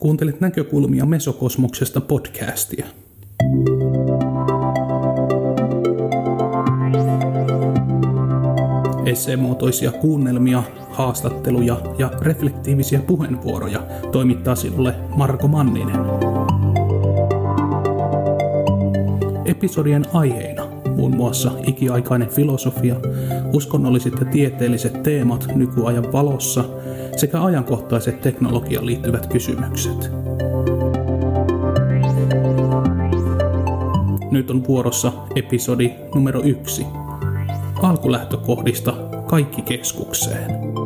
Kuuntelet Näkökulmia Mesokosmoksesta podcastia. Esseemuotoisia kuunnelmia, haastatteluja ja reflektiivisiä puheenvuoroja toimittaa sinulle Marko Manninen. Episodien aiheina muun muassa ikiaikainen filosofia, uskonnolliset ja tieteelliset teemat nykyajan valossa sekä ajankohtaiset teknologiaan liittyvät kysymykset. Nyt on vuorossa episodi numero 1. Alkulähtökohdista kaikki keskukseen.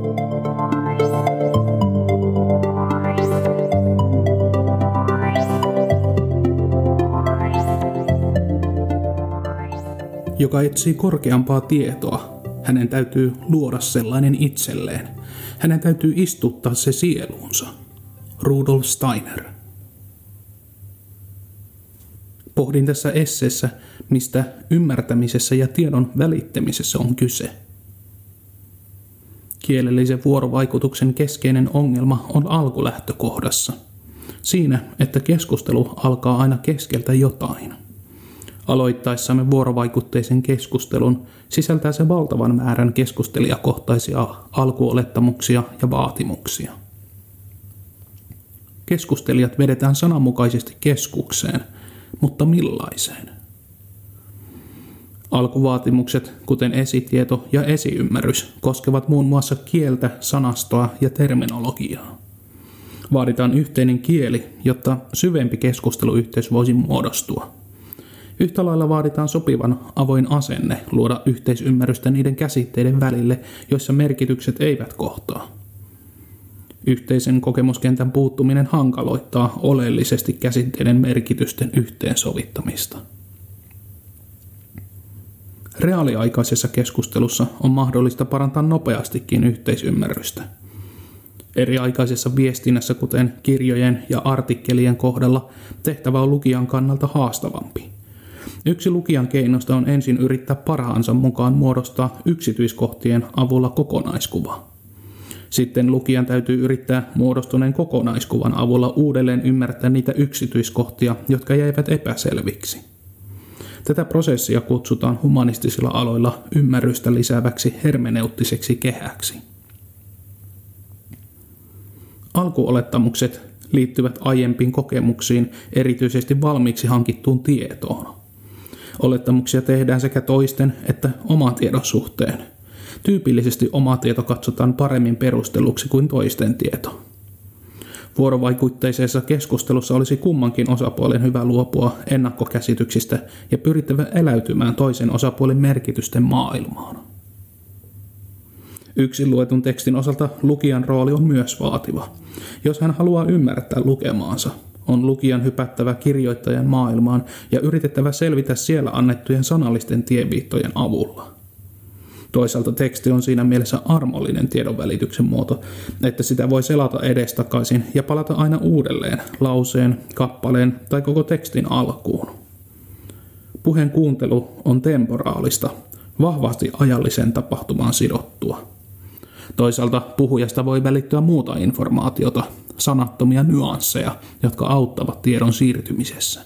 Joka etsii korkeampaa tietoa, hänen täytyy luoda sellainen itselleen. Hänen täytyy istuttaa se sieluunsa. Rudolf Steiner. Pohdin tässä esseessä, mistä ymmärtämisessä ja tiedon välittämisessä on kyse. Kielellisen vuorovaikutuksen keskeinen ongelma on alkulähtökohdassa. Siinä, että keskustelu alkaa aina keskeltä jotain. Aloittaessamme vuorovaikutteisen keskustelun sisältää se valtavan määrän keskustelijakohtaisia alkuolettamuksia ja vaatimuksia. Keskustelijat vedetään sananmukaisesti keskukseen, mutta millaiseen? Alkuvaatimukset, kuten esitieto ja esiymmärrys, koskevat muun muassa kieltä, sanastoa ja terminologiaa. Vaaditaan yhteinen kieli, jotta syvempi keskusteluyhteys voisi muodostua. Yhtä lailla vaaditaan sopivan avoin asenne luoda yhteisymmärrystä niiden käsitteiden välille, joissa merkitykset eivät kohtaa. Yhteisen kokemuskentän puuttuminen hankaloittaa oleellisesti käsitteiden merkitysten yhteensovittamista. Reaaliaikaisessa keskustelussa on mahdollista parantaa nopeastikin yhteisymmärrystä. Eriaikaisessa viestinnässä, kuten kirjojen ja artikkelien kohdalla, tehtävä on lukijan kannalta haastavampi. Yksi lukijan keinosta on ensin yrittää parhaansa mukaan muodostaa yksityiskohtien avulla kokonaiskuva. Sitten lukijan täytyy yrittää muodostuneen kokonaiskuvan avulla uudelleen ymmärtää niitä yksityiskohtia, jotka jäivät epäselviksi. Tätä prosessia kutsutaan humanistisilla aloilla ymmärrystä lisääväksi hermeneuttiseksi kehäksi. Alkuolettamukset liittyvät aiempiin kokemuksiin, erityisesti valmiiksi hankittuun tietoon. Olettamuksia tehdään sekä toisten että oman tiedon suhteen. Tyypillisesti oma tieto katsotaan paremmin perustelluksi kuin toisten tieto. Vuorovaikutteisessa keskustelussa olisi kummankin osapuolen hyvä luopua ennakkokäsityksistä ja pyrittävä eläytymään toisen osapuolen merkitysten maailmaan. Yksin luetun tekstin osalta lukijan rooli on myös vaativa. Jos hän haluaa ymmärtää lukemaansa, on lukijan hypättävä kirjoittajan maailmaan ja yritettävä selvitä siellä annettujen sanallisten tienviittojen avulla. Toisaalta teksti on siinä mielessä armollinen tiedonvälityksen muoto, että sitä voi selata edestakaisin ja palata aina uudelleen lauseen, kappaleen tai koko tekstin alkuun. Puheen kuuntelu on temporaalista, vahvasti ajalliseen tapahtumaan sidottua. Toisaalta puhujasta voi välittyä muuta informaatiota, sanattomia nyansseja, jotka auttavat tiedon siirtymisessä.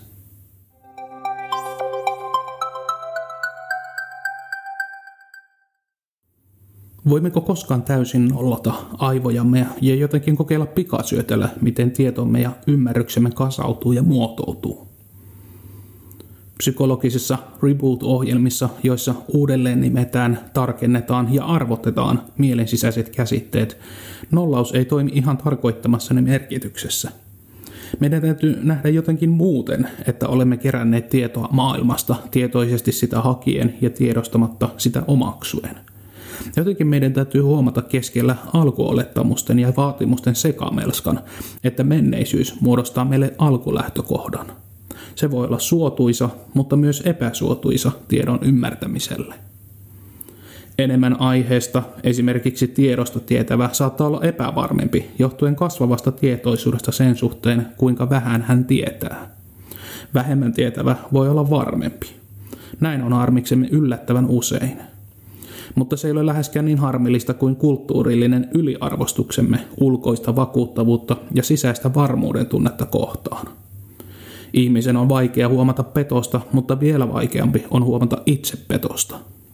Voimmeko koskaan täysin nollata aivojamme ja jotenkin kokeilla pikasyötellä, miten tietomme ja ymmärryksemme kasautuu ja muotoutuu? Psykologisissa reboot-ohjelmissa, joissa uudelleen nimetään, tarkennetaan ja arvotetaan mielen sisäiset käsitteet, nollaus ei toimi ihan tarkoittamassani merkityksessä. Meidän täytyy nähdä jotenkin muuten, että olemme keränneet tietoa maailmasta tietoisesti sitä hakien ja tiedostamatta sitä omaksuen. Jotenkin meidän täytyy huomata keskellä alkuolettamusten ja vaatimusten sekamelskan, että menneisyys muodostaa meille alkulähtökohdan. Se voi olla suotuisa, mutta myös epäsuotuisa tiedon ymmärtämiselle. Enemmän aiheesta, esimerkiksi tiedosta tietävä, saattaa olla epävarmempi, johtuen kasvavasta tietoisuudesta sen suhteen, kuinka vähän hän tietää. Vähemmän tietävä voi olla varmempi. Näin on harmiksemme yllättävän usein. mutta se ei ole läheskään niin harmillista kuin kulttuurillinen yliarvostuksemme ulkoista vakuuttavuutta ja sisäistä varmuuden tunnetta kohtaan. Ihmisen on vaikea huomata petosta, mutta vielä vaikeampi on huomata itse petosta.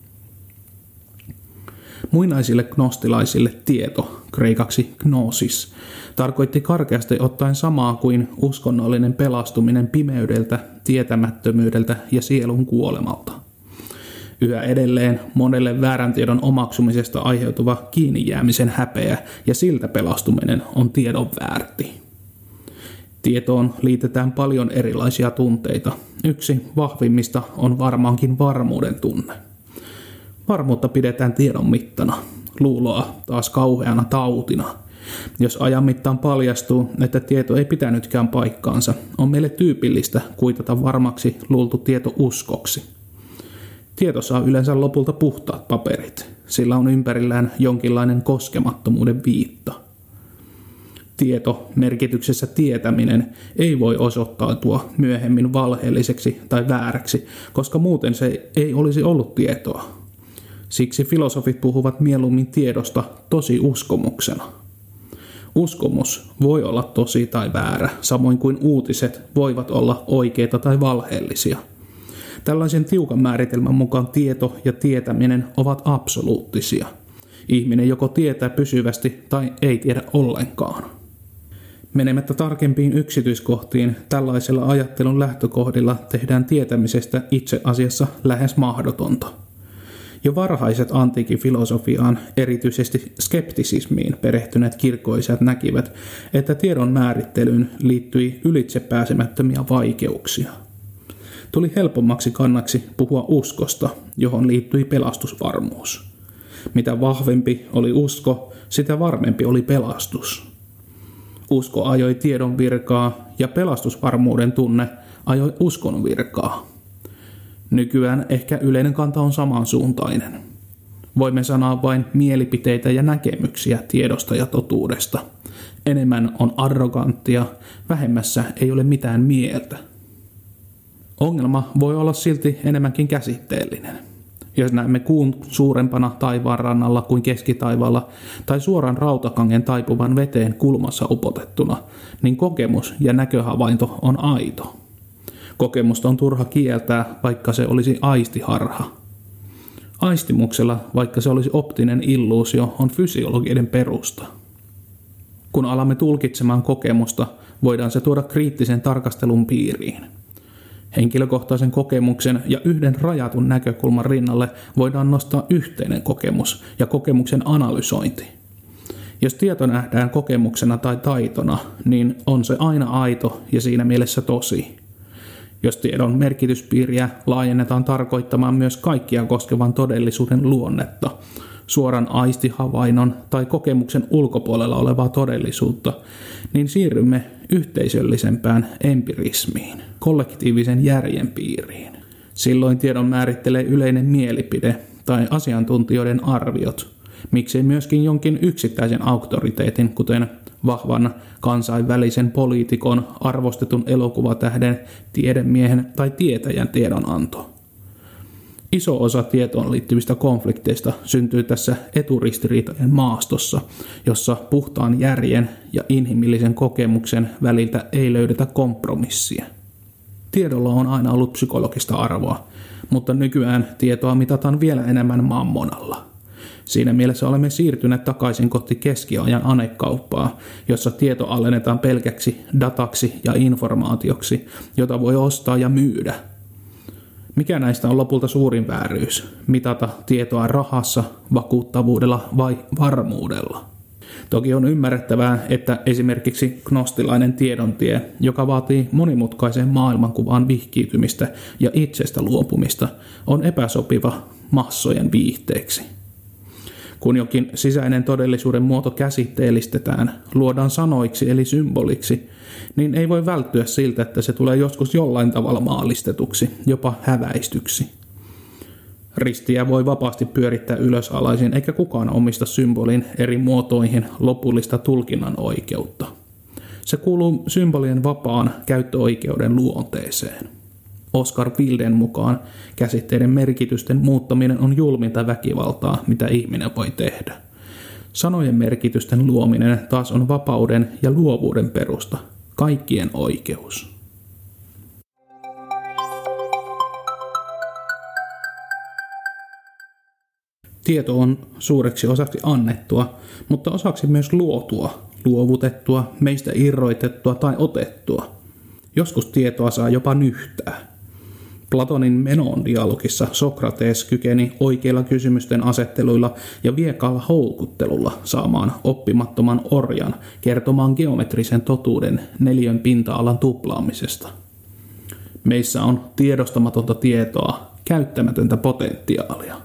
Muinaisille gnostilaisille tieto, kreikaksi gnosis, tarkoitti karkeasti ottaen samaa kuin uskonnollinen pelastuminen pimeydeltä, tietämättömyydeltä ja sielun kuolemalta. Yhä edelleen monelle väärän tiedon omaksumisesta aiheutuva kiinnijäämisen häpeä ja siltä pelastuminen on tiedon väärti. Tietoon liitetään paljon erilaisia tunteita. Yksi vahvimmista on varmaankin varmuuden tunne. Varmuutta pidetään tiedon mittana, luuloa taas kauheana tautina. Jos ajan mittaan paljastuu, että tieto ei pitänytkään paikkaansa, on meille tyypillistä kuitata varmaksi luultu tieto uskoksi. Tieto saa yleensä lopulta puhtaat paperit, sillä on ympärillään jonkinlainen koskemattomuuden viitta. Tieto, merkityksessä tietäminen, ei voi osoittautua myöhemmin valheelliseksi tai vääräksi, koska muuten se ei olisi ollut tietoa. Siksi filosofit puhuvat mieluummin tiedosta tosi uskomuksena. Uskomus voi olla tosi tai väärä, samoin kuin uutiset voivat olla oikeita tai valheellisia. Tällaisen tiukan määritelmän mukaan tieto ja tietäminen ovat absoluuttisia. Ihminen joko tietää pysyvästi tai ei tiedä ollenkaan. Menemättä tarkempiin yksityiskohtiin, tällaisella ajattelun lähtökohdilla tehdään tietämisestä itse asiassa lähes mahdotonta. Jo varhaiset antiikin filosofiaan, erityisesti skeptisismiin perehtyneet kirkkoisät näkivät, että tiedon määrittelyyn liittyi ylitsepääsemättömiä vaikeuksia. Tuli helpommaksi kannaksi puhua uskosta, johon liittyi pelastusvarmuus. Mitä vahvempi oli usko, sitä varmempi oli pelastus. Usko ajoi tiedon virkaa ja pelastusvarmuuden tunne ajoi uskon virkaa. Nykyään ehkä yleinen kanta on samansuuntainen. Voimme sanoa vain mielipiteitä ja näkemyksiä tiedosta ja totuudesta. Enemmän on arroganttia, vähemmässä ei ole mitään mieltä. Ongelma voi olla silti enemmänkin käsitteellinen. Jos näemme kuun suurempana taivaan rannalla kuin keskitaivaalla tai suoran rautakangen taipuvan veteen kulmassa upotettuna, niin kokemus ja näköhavainto on aito. Kokemusta on turha kieltää, vaikka se olisi aistiharha. Aistimuksella, vaikka se olisi optinen illuusio, on fysiologinen perusta. Kun alamme tulkitsemaan kokemusta, voidaan se tuoda kriittisen tarkastelun piiriin. Henkilökohtaisen kokemuksen ja yhden rajatun näkökulman rinnalle voidaan nostaa yhteinen kokemus ja kokemuksen analysointi. Jos tieto nähdään kokemuksena tai taitona, niin on se aina aito ja siinä mielessä tosi. Jos tiedon merkityspiiriä laajennetaan tarkoittamaan myös kaikkia koskevan todellisuuden luonnetta, suoran aistihavainnon tai kokemuksen ulkopuolella olevaa todellisuutta, niin siirrymme yhteisöllisempään empirismiin, kollektiivisen järjen piiriin. Silloin tiedon määrittelee yleinen mielipide tai asiantuntijoiden arviot, miksei myöskin jonkin yksittäisen auktoriteetin, kuten vahvan kansainvälisen poliitikon, arvostetun elokuvatähden, tiedemiehen tai tietäjän tiedonanto. Iso osa tietoon liittyvistä konflikteista syntyy tässä eturistiriitojen maastossa, jossa puhtaan järjen ja inhimillisen kokemuksen väliltä ei löydetä kompromissia. Tiedolla on aina ollut psykologista arvoa, mutta nykyään tietoa mitataan vielä enemmän mammonalla. Siinä mielessä olemme siirtyneet takaisin kohti keskiajan anekauppaa, jossa tieto alennetaan pelkäksi dataksi ja informaatioksi, jota voi ostaa ja myydä. Mikä näistä on lopulta suurin vääryys? Mitata tietoa rahassa, vakuuttavuudella vai varmuudella? Toki on ymmärrettävää, että esimerkiksi gnostilainen tiedontie, joka vaatii monimutkaiseen maailmankuvaan vihkiytymistä ja itsestä luopumista, on epäsopiva massojen viihteeksi. Kun jokin sisäinen todellisuuden muoto käsitteellistetään, luodaan sanoiksi eli symboliksi, niin ei voi välttyä siltä, että se tulee joskus jollain tavalla maallistetuksi, jopa häväistyksi. Ristiä voi vapaasti pyörittää ylösalaisin, eikä kukaan omista symbolin eri muotoihin lopullista tulkinnan oikeutta. Se kuuluu symbolien vapaan käyttöoikeuden luonteeseen. Oscar Wilden mukaan käsitteiden merkitysten muuttaminen on julminta väkivaltaa, mitä ihminen voi tehdä. Sanojen merkitysten luominen taas on vapauden ja luovuuden perusta, kaikkien oikeus. Tieto on suureksi osaksi annettua, mutta osaksi myös luotua, luovutettua, meistä irroitettua tai otettua. Joskus tietoa saa jopa nyhtää. Platonin Menon-dialogissa Sokrates kykeni oikeilla kysymysten asetteluilla ja viekalla houkuttelulla saamaan oppimattoman orjan kertomaan geometrisen totuuden 4 pinta-alan tuplaamisesta. Meissä on tiedostamatonta tietoa, käyttämätöntä potentiaalia.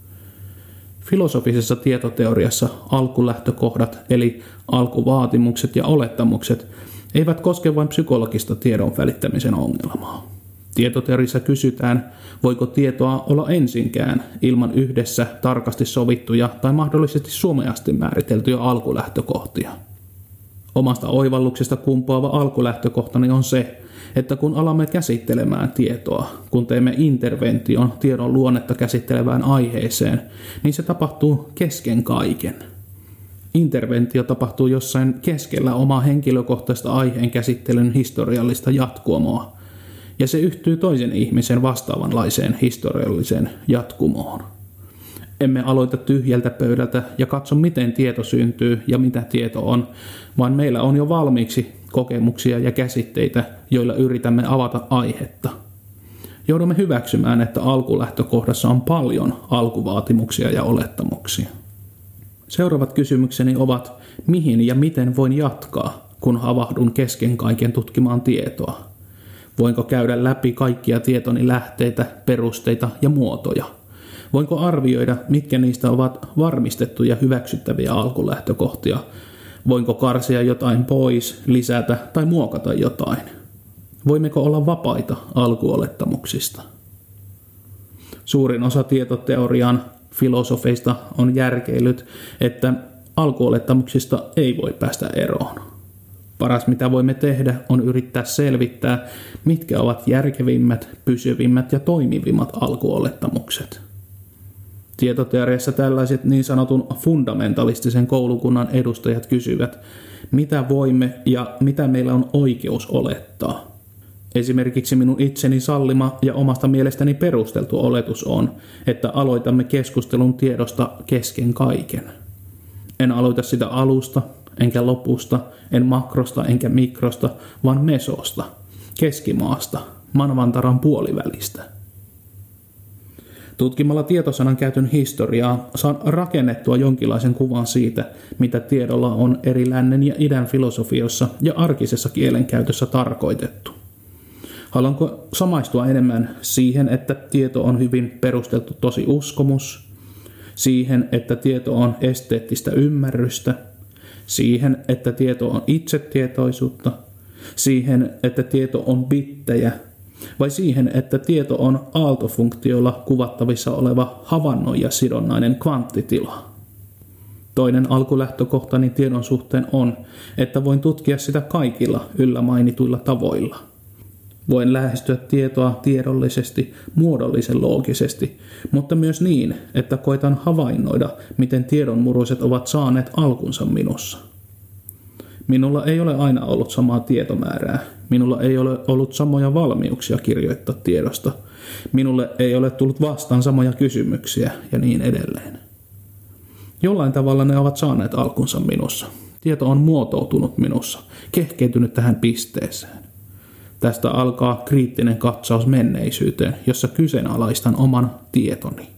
Filosofisessa tietoteoriassa alkulähtökohdat eli alkuvaatimukset ja olettamukset eivät koske vain psykologista tiedon välittämisen ongelmaa. Tietoteoriassa kysytään, voiko tietoa olla ensinkään ilman yhdessä tarkasti sovittuja tai mahdollisesti sumeasti määriteltyjä alkulähtökohtia. Omasta oivalluksesta kumpuava alkulähtökohtani on se, että kun alamme käsittelemään tietoa, kun teemme intervention tiedon luonnetta käsittelevään aiheeseen, niin se tapahtuu kesken kaiken. Interventio tapahtuu jossain keskellä omaa henkilökohtaista aiheen käsittelyn historiallista jatkumoa, ja se yhtyy toisen ihmisen vastaavanlaiseen historialliseen jatkumoon. Emme aloita tyhjältä pöydältä ja katso, miten tieto syntyy ja mitä tieto on, vaan meillä on jo valmiiksi kokemuksia ja käsitteitä, joilla yritämme avata aihetta. Joudumme hyväksymään, että alkulähtökohdassa on paljon alkuvaatimuksia ja olettamuksia. Seuraavat kysymykseni ovat, mihin ja miten voin jatkaa, kun havahdun kesken kaiken tutkimaan tietoa? Voinko käydä läpi kaikkia tietoni lähteitä, perusteita ja muotoja? Voinko arvioida, mitkä niistä ovat varmistettuja hyväksyttäviä alkulähtökohtia? Voinko karsia jotain pois, lisätä tai muokata jotain? Voimmeko olla vapaita alkuolettamuksista? Suurin osa tietoteorian filosofeista on järkeillyt, että alkuolettamuksista ei voi päästä eroon. Paras mitä voimme tehdä on yrittää selvittää, mitkä ovat järkevimmät, pysyvimmät ja toimivimmat alkuolettamukset. Tietoteoriassa tällaiset niin sanotun fundamentalistisen koulukunnan edustajat kysyvät, mitä voimme ja mitä meillä on oikeus olettaa. Esimerkiksi minun itseni sallima ja omasta mielestäni perusteltu oletus on, että aloitamme keskustelun tiedosta kesken kaiken. En aloita sitä alusta, enkä lopusta, en makrosta enkä mikrosta, vaan mesosta, keskimaasta, Manvantaran puolivälistä. Tutkimalla tietosanan käytön historiaa saan rakennettua jonkinlaisen kuvan siitä, mitä tiedolla on eri lännen ja idän filosofiossa ja arkisessa kielenkäytössä tarkoitettu. Haluanko samaistua enemmän siihen, että tieto on hyvin perusteltu tosi uskomus, siihen, että tieto on esteettistä ymmärrystä, siihen, että tieto on itsetietoisuutta, siihen, että tieto on bittejä, vai siihen, että tieto on aaltofunktioilla kuvattavissa oleva havainnoijasidonnainen kvanttitila. Toinen alkulähtökohtani tiedon suhteen on, että voin tutkia sitä kaikilla yllä mainituilla tavoilla. Voin lähestyä tietoa tiedollisesti, muodollisen loogisesti, mutta myös niin, että koitan havainnoida, miten tiedonmuruset ovat saaneet alkunsa minussa. Minulla ei ole aina ollut samaa tietomäärää. Minulla ei ole ollut samoja valmiuksia kirjoittaa tiedosta. Minulle ei ole tullut vastaan samoja kysymyksiä ja niin edelleen. Jollain tavalla ne ovat saaneet alkunsa minussa. Tieto on muotoutunut minussa, kehkeytynyt tähän pisteeseen. Tästä alkaa kriittinen katsaus menneisyyteen, jossa kyseenalaistan oman tietoni.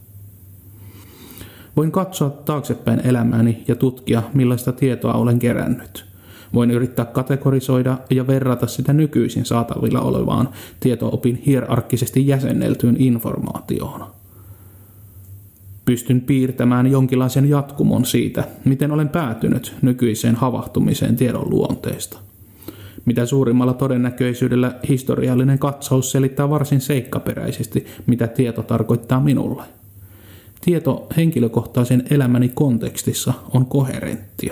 Voin katsoa taaksepäin elämääni ja tutkia, millaista tietoa olen kerännyt. Voin yrittää kategorisoida ja verrata sitä nykyisin saatavilla olevaan tieto-opin hierarkkisesti jäsenneltyyn informaatioon. Pystyn piirtämään jonkinlaisen jatkumon siitä, miten olen päätynyt nykyiseen havahtumiseen tiedon luonteesta. Mitä suurimmalla todennäköisyydellä historiallinen katsaus selittää varsin seikkaperäisesti, mitä tieto tarkoittaa minulle. Tieto henkilökohtaisen elämäni kontekstissa on koherenttia.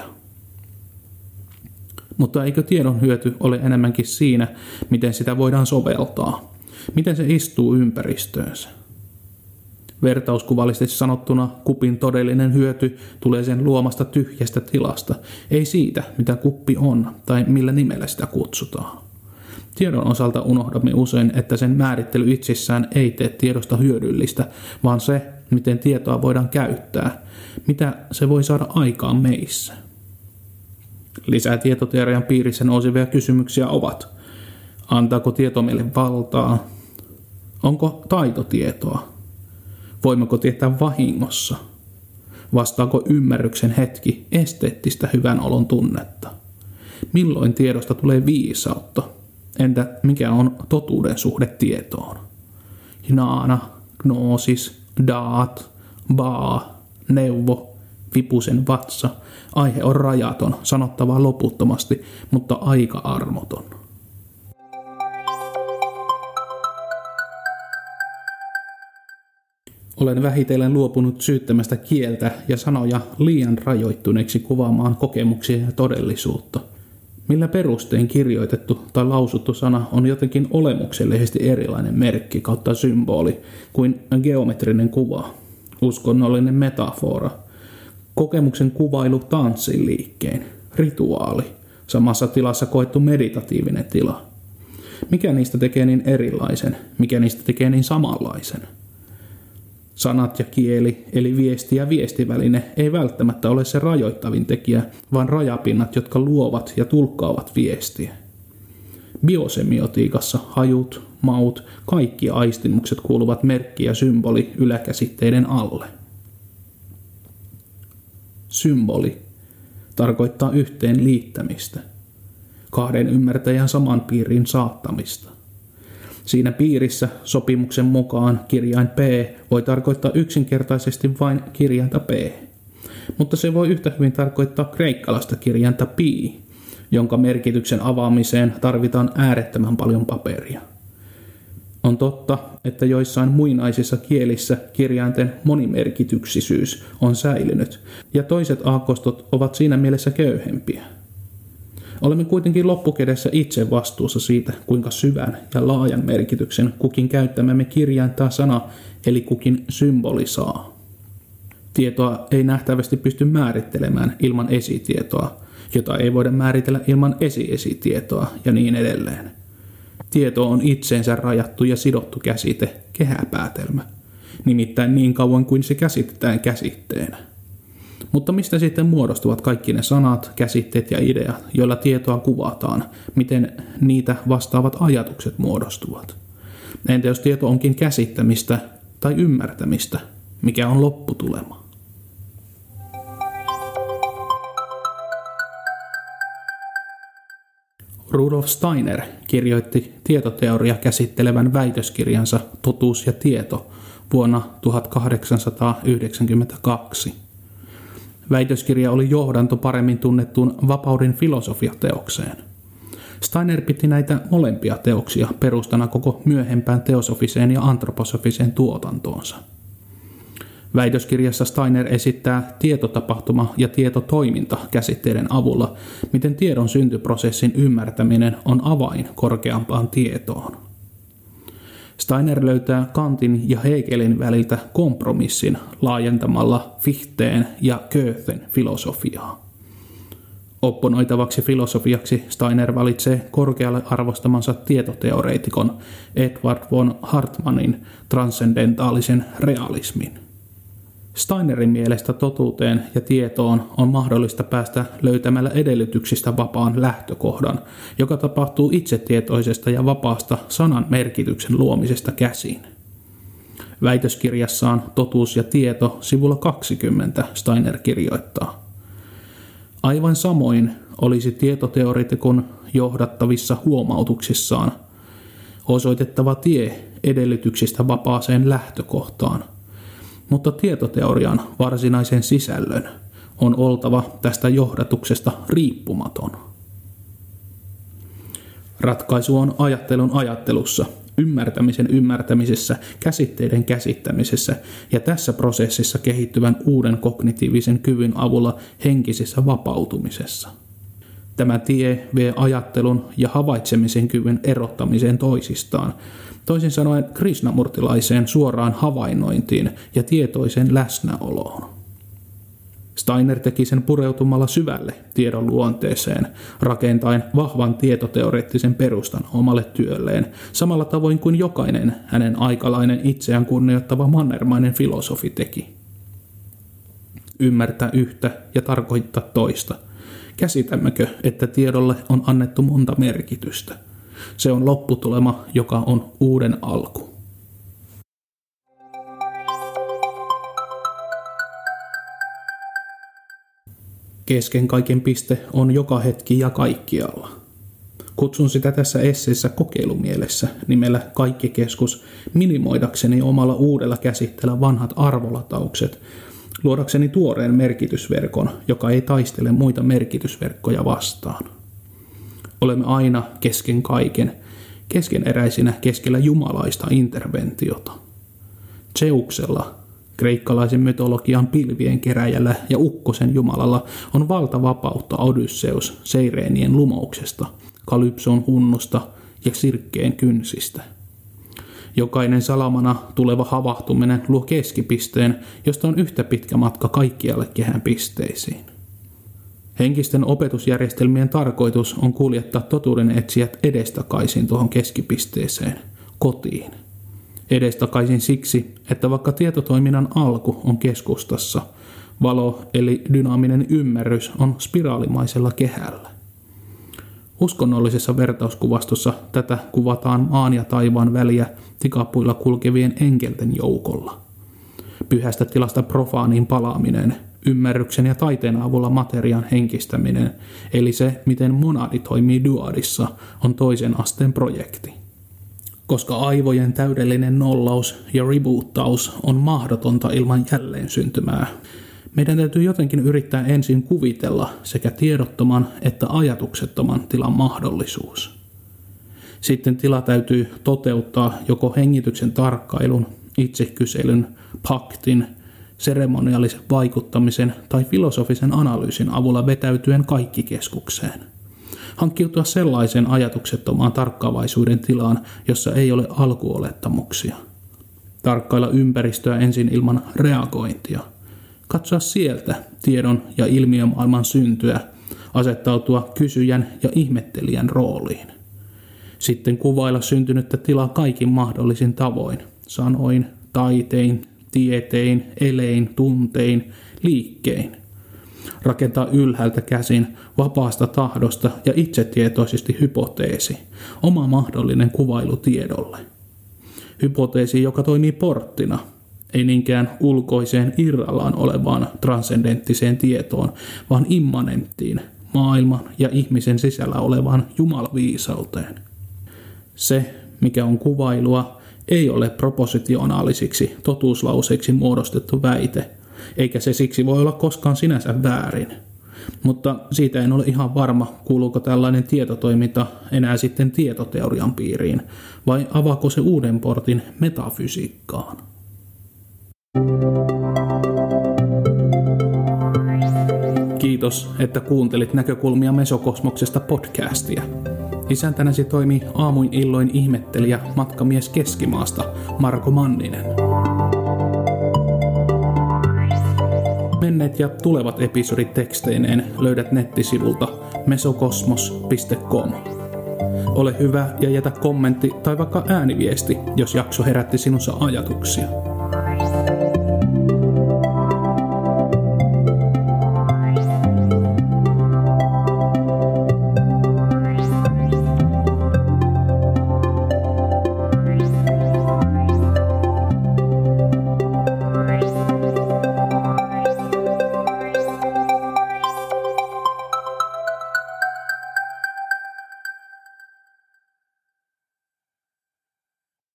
Mutta eikö tiedon hyöty ole enemmänkin siinä, miten sitä voidaan soveltaa? Miten se istuu ympäristöönsä? Vertauskuvallisesti sanottuna kupin todellinen hyöty tulee sen luomasta tyhjästä tilasta, ei siitä, mitä kuppi on tai millä nimellä sitä kutsutaan. Tiedon osalta unohdamme usein, että sen määrittely itsessään ei tee tiedosta hyödyllistä, vaan se, miten tietoa voidaan käyttää, mitä se voi saada aikaan meissä. Lisää tietoteorian piirissä nousevia kysymyksiä ovat: antaako tieto meille valtaa? Onko taitotietoa? Voimmeko tietää vahingossa? Vastaako ymmärryksen hetki esteettistä hyvän olon tunnetta? Milloin tiedosta tulee viisautta? Entä mikä on totuuden suhde tietoon? Jnana, gnoosis, daat, baa, neuvo, vipusen vatsa. Aihe on rajaton, sanottavaa loputtomasti, mutta aika armoton. Olen vähitellen luopunut syyttämästä kieltä ja sanoja liian rajoittuneeksi kuvaamaan kokemuksia ja todellisuutta. Millä perustein kirjoitettu tai lausuttu sana on jotenkin olemuksellisesti erilainen merkki kautta symboli kuin geometrinen kuva, uskonnollinen metafora, kokemuksen kuvailu tanssin liikkeen, rituaali, samassa tilassa koettu meditatiivinen tila. Mikä niistä tekee niin erilaisen, mikä niistä tekee niin samanlaisen? Sanat ja kieli, eli viesti ja viestiväline, ei välttämättä ole se rajoittavin tekijä, vaan rajapinnat, jotka luovat ja tulkkaavat viestiä. Biosemiotiikassa hajut, maut, kaikki aistimukset kuuluvat merkki- ja symboli yläkäsitteiden alle. Symboli tarkoittaa yhteen liittämistä, kahden ymmärtäjän saman piiriin saattamista. Siinä piirissä sopimuksen mukaan kirjain P voi tarkoittaa yksinkertaisesti vain kirjainta P, mutta se voi yhtä hyvin tarkoittaa kreikkalaista kirjainta Pi, jonka merkityksen avaamiseen tarvitaan äärettömän paljon paperia. On totta, että joissain muinaisissa kielissä kirjainten monimerkityksisyys on säilynyt, ja toiset aakostot ovat siinä mielessä köyhempiä. Olemme kuitenkin loppukädessä itse vastuussa siitä, kuinka syvän ja laajan merkityksen kukin käyttämämme kirjain tai sana, eli kukin symboli saa. Tietoa ei nähtävästi pysty määrittelemään ilman esitietoa, jota ei voida määritellä ilman esi-esitietoa ja niin edelleen. Tieto on itseensä rajattu ja sidottu käsite, kehäpäätelmä, nimittäin niin kauan kuin se käsitetään käsitteenä. Mutta mistä sitten muodostuvat kaikki ne sanat, käsitteet ja ideat, joilla tietoa kuvataan, miten niitä vastaavat ajatukset muodostuvat? Entä jos tieto onkin käsittämistä tai ymmärtämistä, mikä on lopputulema? Rudolf Steiner kirjoitti tietoteoria käsittelevän väitöskirjansa Totuus ja tieto vuonna 1892. Väitöskirja oli johdanto paremmin tunnettuun Vapauden filosofia-teokseen. Steiner piti näitä molempia teoksia perustana koko myöhempään teosofiseen ja antroposofiseen tuotantoonsa. Väitöskirjassa Steiner esittää tietotapahtuma- ja tietotoiminta käsitteiden avulla, miten tiedon syntyprosessin ymmärtäminen on avain korkeampaan tietoon. Steiner löytää Kantin ja Hegelin väliltä kompromissin laajentamalla Fichteen ja Goethen filosofiaa. Opponoitavaksi filosofiaksi Steiner valitsee korkealle arvostamansa tietoteoreetikon Edward von Hartmannin transcendentaalisen realismin. Steinerin mielestä totuuteen ja tietoon on mahdollista päästä löytämällä edellytyksistä vapaan lähtökohdan, joka tapahtuu itsetietoisesta ja vapaasta sanan merkityksen luomisesta käsin. Väitöskirjassaan Totuus ja tieto sivulla 20 Steiner kirjoittaa: aivan samoin olisi tietoteoreetikon johdattavissa huomautuksissaan osoitettava tie edellytyksistä vapaaseen lähtökohtaan, mutta tietoteorian varsinaisen sisällön on oltava tästä johdatuksesta riippumaton. Ratkaisu on ajattelun ajattelussa, ymmärtämisen ymmärtämisessä, käsitteiden käsittämisessä ja tässä prosessissa kehittyvän uuden kognitiivisen kyvyn avulla henkisessä vapautumisessa. Tämä tie vie ajattelun ja havaitsemisen kyvyn erottamiseen toisistaan, toisin sanoen krishnamurtilaiseen suoraan havainnointiin ja tietoiseen läsnäoloon. Steiner teki sen pureutumalla syvälle tiedon luonteeseen, rakentaen vahvan tietoteoreettisen perustan omalle työlleen, samalla tavoin kuin jokainen hänen aikalainen itseään kunnioittava mannermainen filosofi teki. Ymmärtää yhtä ja tarkoittaa toista. Käsitämmekö, että tiedolle on annettu monta merkitystä? Se on lopputulema, joka on uuden alku. Kesken kaiken piste on joka hetki ja kaikkialla. Kutsun sitä tässä esseessä kokeilumielessä nimellä Kaikki-keskus minimoidakseni omalla uudella käsitteellä vanhat arvolataukset, luodakseni tuoreen merkitysverkon, joka ei taistele muita merkitysverkkoja vastaan. Olemme aina kesken kaiken, keskeneräisinä keskellä jumalaista interventiota. Zeuksella, kreikkalaisen mytologian pilvien keräjällä ja ukkosen jumalalla on valtavapautta Odysseus Seireenien lumouksesta, Kalypson hunnusta ja Sirkkeen kynsistä. Jokainen salamana tuleva havahtuminen luo keskipisteen, josta on yhtä pitkä matka kaikkialle kehän pisteisiin. Henkisten opetusjärjestelmien tarkoitus on kuljettaa totuuden etsijät edestakaisin tuohon keskipisteeseen, kotiin. Edestakaisin siksi, että vaikka tietotoiminnan alku on keskustassa, valo eli dynaaminen ymmärrys on spiraalimaisella kehällä. Uskonnollisessa vertauskuvastossa tätä kuvataan maan ja taivaan väliä tikapuilla kulkevien enkelten joukolla. Pyhästä tilasta profaaniin palaaminen, ymmärryksen ja taiteen avulla materian henkistäminen, eli se, miten monadi toimii duadissa, on toisen asteen projekti. Koska aivojen täydellinen nollaus ja reboottaus on mahdotonta ilman jälleen syntymää, meidän täytyy jotenkin yrittää ensin kuvitella sekä tiedottoman että ajatuksettoman tilan mahdollisuus. Sitten tila täytyy toteuttaa joko hengityksen tarkkailun, itsekyselyn, paktin, seremoniallisen vaikuttamisen tai filosofisen analyysin avulla vetäytyen Kaikki-keskukseen. Hankkiutua sellaisen ajatuksettomaan tarkkaavaisuuden tilaan, jossa ei ole alkuolettamuksia. Tarkkailla ympäristöä ensin ilman reagointia. Katsoa sieltä tiedon ja ilmiömaailman syntyä, asettautua kysyjän ja ihmettelijän rooliin. Sitten kuvailla syntynyttä tilaa kaikin mahdollisin tavoin, sanoin, taitein, tietein, elein, tuntein, liikkein. Rakentaa ylhäältä käsin, vapaasta tahdosta ja itsetietoisesti hypoteesi, oma mahdollinen kuvailu tiedolle. Hypoteesi, joka toimii porttina, ei niinkään ulkoiseen irrallaan olevaan transcendenttiseen tietoon, vaan immanenttiin, maailman ja ihmisen sisällä olevaan jumalaviisauteen. Se, mikä on kuvailua, ei ole propositionaalisiksi totuuslauseiksi muodostettu väite, eikä se siksi voi olla koskaan sinänsä väärin. Mutta siitä en ole ihan varma, kuuluuko tällainen tietotoiminta enää sitten tietoteorian piiriin, vai avaako se uuden portin metafysiikkaan. Kiitos, että kuuntelit Näkökulmia Mesokosmoksesta podcastia. Isäntänäsi toimii aamuin illoin ihmettelijä matkamies Keskimaasta Marko Manninen. Menneet ja tulevat episodit teksteineen löydät nettisivulta mesokosmos.com. Ole hyvä ja jätä kommentti tai vaikka ääniviesti, jos jakso herätti sinussa ajatuksia.